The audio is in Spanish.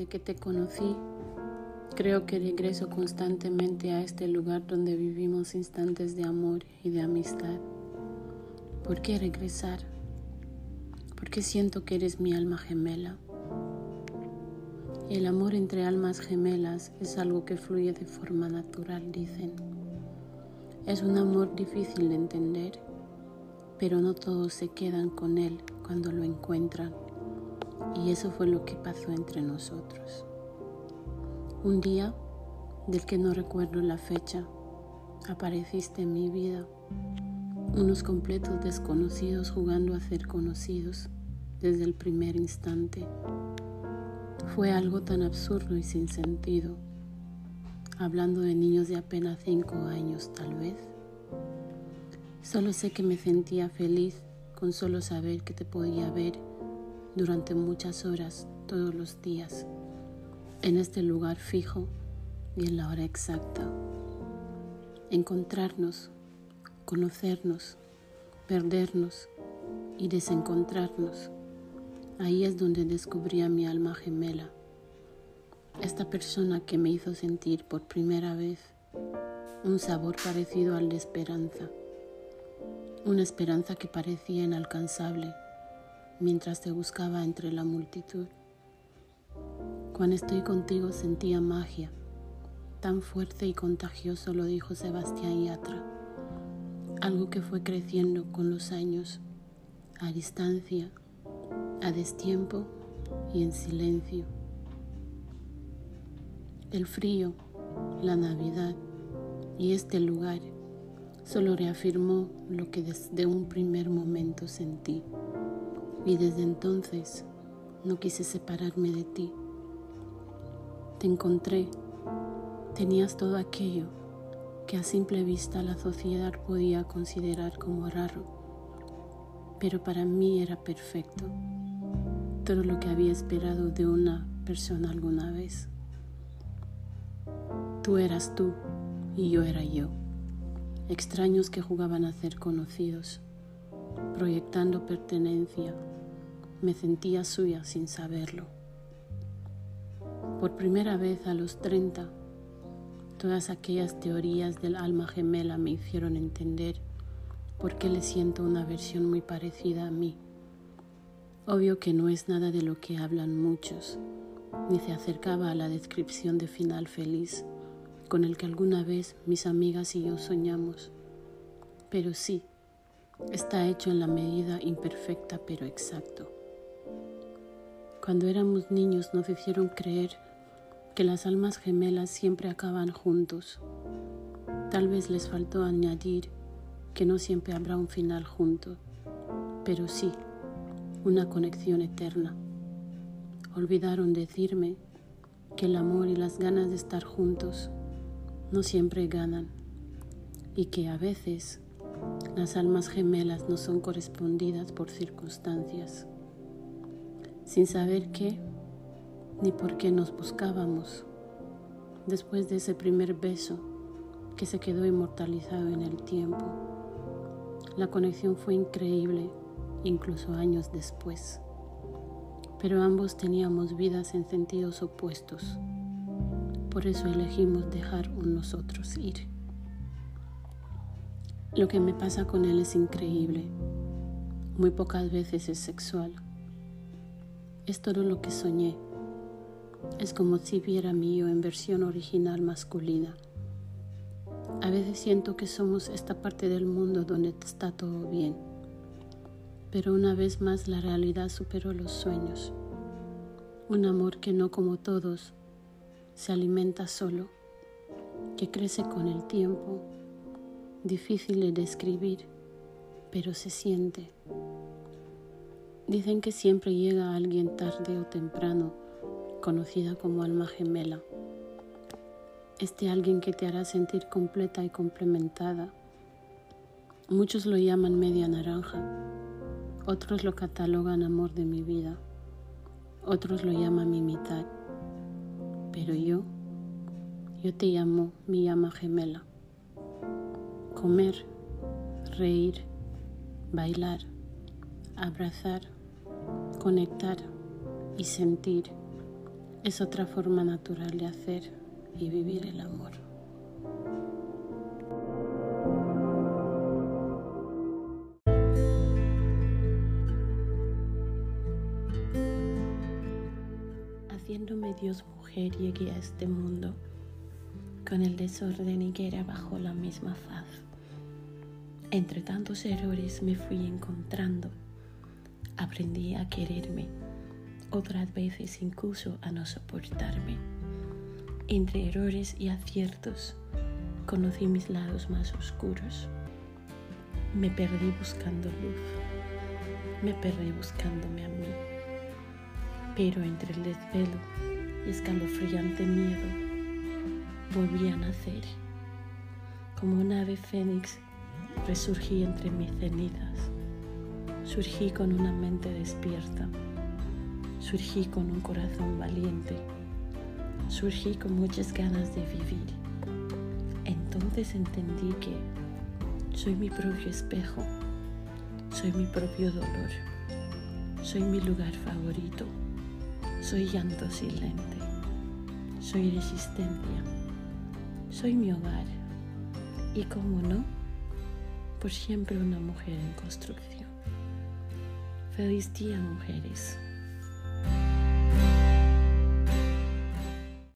que te conocí, creo que regreso constantemente a este lugar donde vivimos instantes de amor y de amistad. ¿Por qué regresar? Porque siento que eres mi alma gemela. El amor entre almas gemelas es algo que fluye de forma natural, dicen. Es un amor difícil de entender, pero no todos se quedan con él cuando lo encuentran. Y eso fue lo que pasó entre nosotros. Un día, del que no recuerdo la fecha, apareciste en mi vida. Unos completos desconocidos jugando a ser conocidos desde el primer instante. Fue algo tan absurdo y sin sentido, hablando de niños de apenas 5 años tal vez. Solo sé que me sentía feliz con solo saber que te podía ver durante muchas horas todos los días, en este lugar fijo y en la hora exacta. Encontrarnos, conocernos, perdernos y desencontrarnos. Ahí es donde descubrí a mi alma gemela, esta persona que me hizo sentir por primera vez un sabor parecido al de esperanza, una esperanza que parecía inalcanzable mientras te buscaba entre la multitud. Cuando estoy contigo sentía magia, tan fuerte y contagioso, lo dijo Sebastián Yatra, algo que fue creciendo con los años, a distancia, a destiempo y en silencio. El frío, la Navidad y este lugar solo reafirmó lo que desde un primer momento sentí, y desde entonces no quise separarme de ti. Te encontré, tenías todo aquello que a simple vista la sociedad podía considerar como raro, pero para mí era perfecto, todo lo que había esperado de una persona alguna vez. Tú eras tú y yo era yo, extraños que jugaban a ser conocidos, proyectando pertenencia. Me sentía suya sin saberlo. Por primera vez a los 30, todas aquellas teorías del alma gemela me hicieron entender por qué le siento una versión muy parecida a mí. Obvio que no es nada de lo que hablan muchos, ni se acercaba a la descripción de final feliz con el que alguna vez mis amigas y yo soñamos. Pero sí, está hecho en la medida imperfecta pero exacto. Cuando éramos niños nos hicieron creer que las almas gemelas siempre acaban juntos. Tal vez les faltó añadir que no siempre habrá un final junto, pero sí, una conexión eterna. Olvidaron decirme que el amor y las ganas de estar juntos no siempre ganan y que a veces las almas gemelas no son correspondidas por circunstancias. Sin saber qué ni por qué nos buscábamos, después de ese primer beso que se quedó inmortalizado en el tiempo, la conexión fue increíble, incluso años después. Pero ambos teníamos vidas en sentidos opuestos. Por eso elegimos dejar un nosotros ir. Lo que me pasa con él es increíble. Muy pocas veces es sexual. Es todo lo que soñé. Es como si viera mi yo en versión original masculina. A veces siento que somos esta parte del mundo donde está todo bien. Pero una vez más la realidad superó los sueños. Un amor que no como todos se alimenta solo, que crece con el tiempo, difícil de describir, pero se siente. Dicen que siempre llega alguien tarde o temprano, conocida como alma gemela. Este alguien que te hará sentir completa y complementada. Muchos lo llaman media naranja, otros lo catalogan amor de mi vida, otros lo llaman mi mitad, pero yo te llamo mi llama gemela. Comer, reír, bailar, abrazar, conectar y sentir Es otra forma natural de hacer y vivir el amor. Haciéndome Dios mujer llegué a este mundo con el desorden y guerra bajo la misma faz. Entre tantos errores me fui encontrando, aprendí a quererme, otras veces incluso a no soportarme. Entre errores y aciertos conocí mis lados más oscuros. Me perdí buscando luz, me perdí buscándome a mí. Pero entre el desvelo y escalofriante miedo, volví a nacer. Como un ave fénix, resurgí entre mis cenizas. Surgí con una mente despierta. Surgí con un corazón valiente. Surgí con muchas ganas de vivir. Entonces entendí que soy mi propio espejo. Soy mi propio dolor. Soy mi lugar favorito. Soy llanto silente. Soy resistencia. Soy mi hogar. Y como no, por siempre una mujer en construcción. Feliz día, mujeres.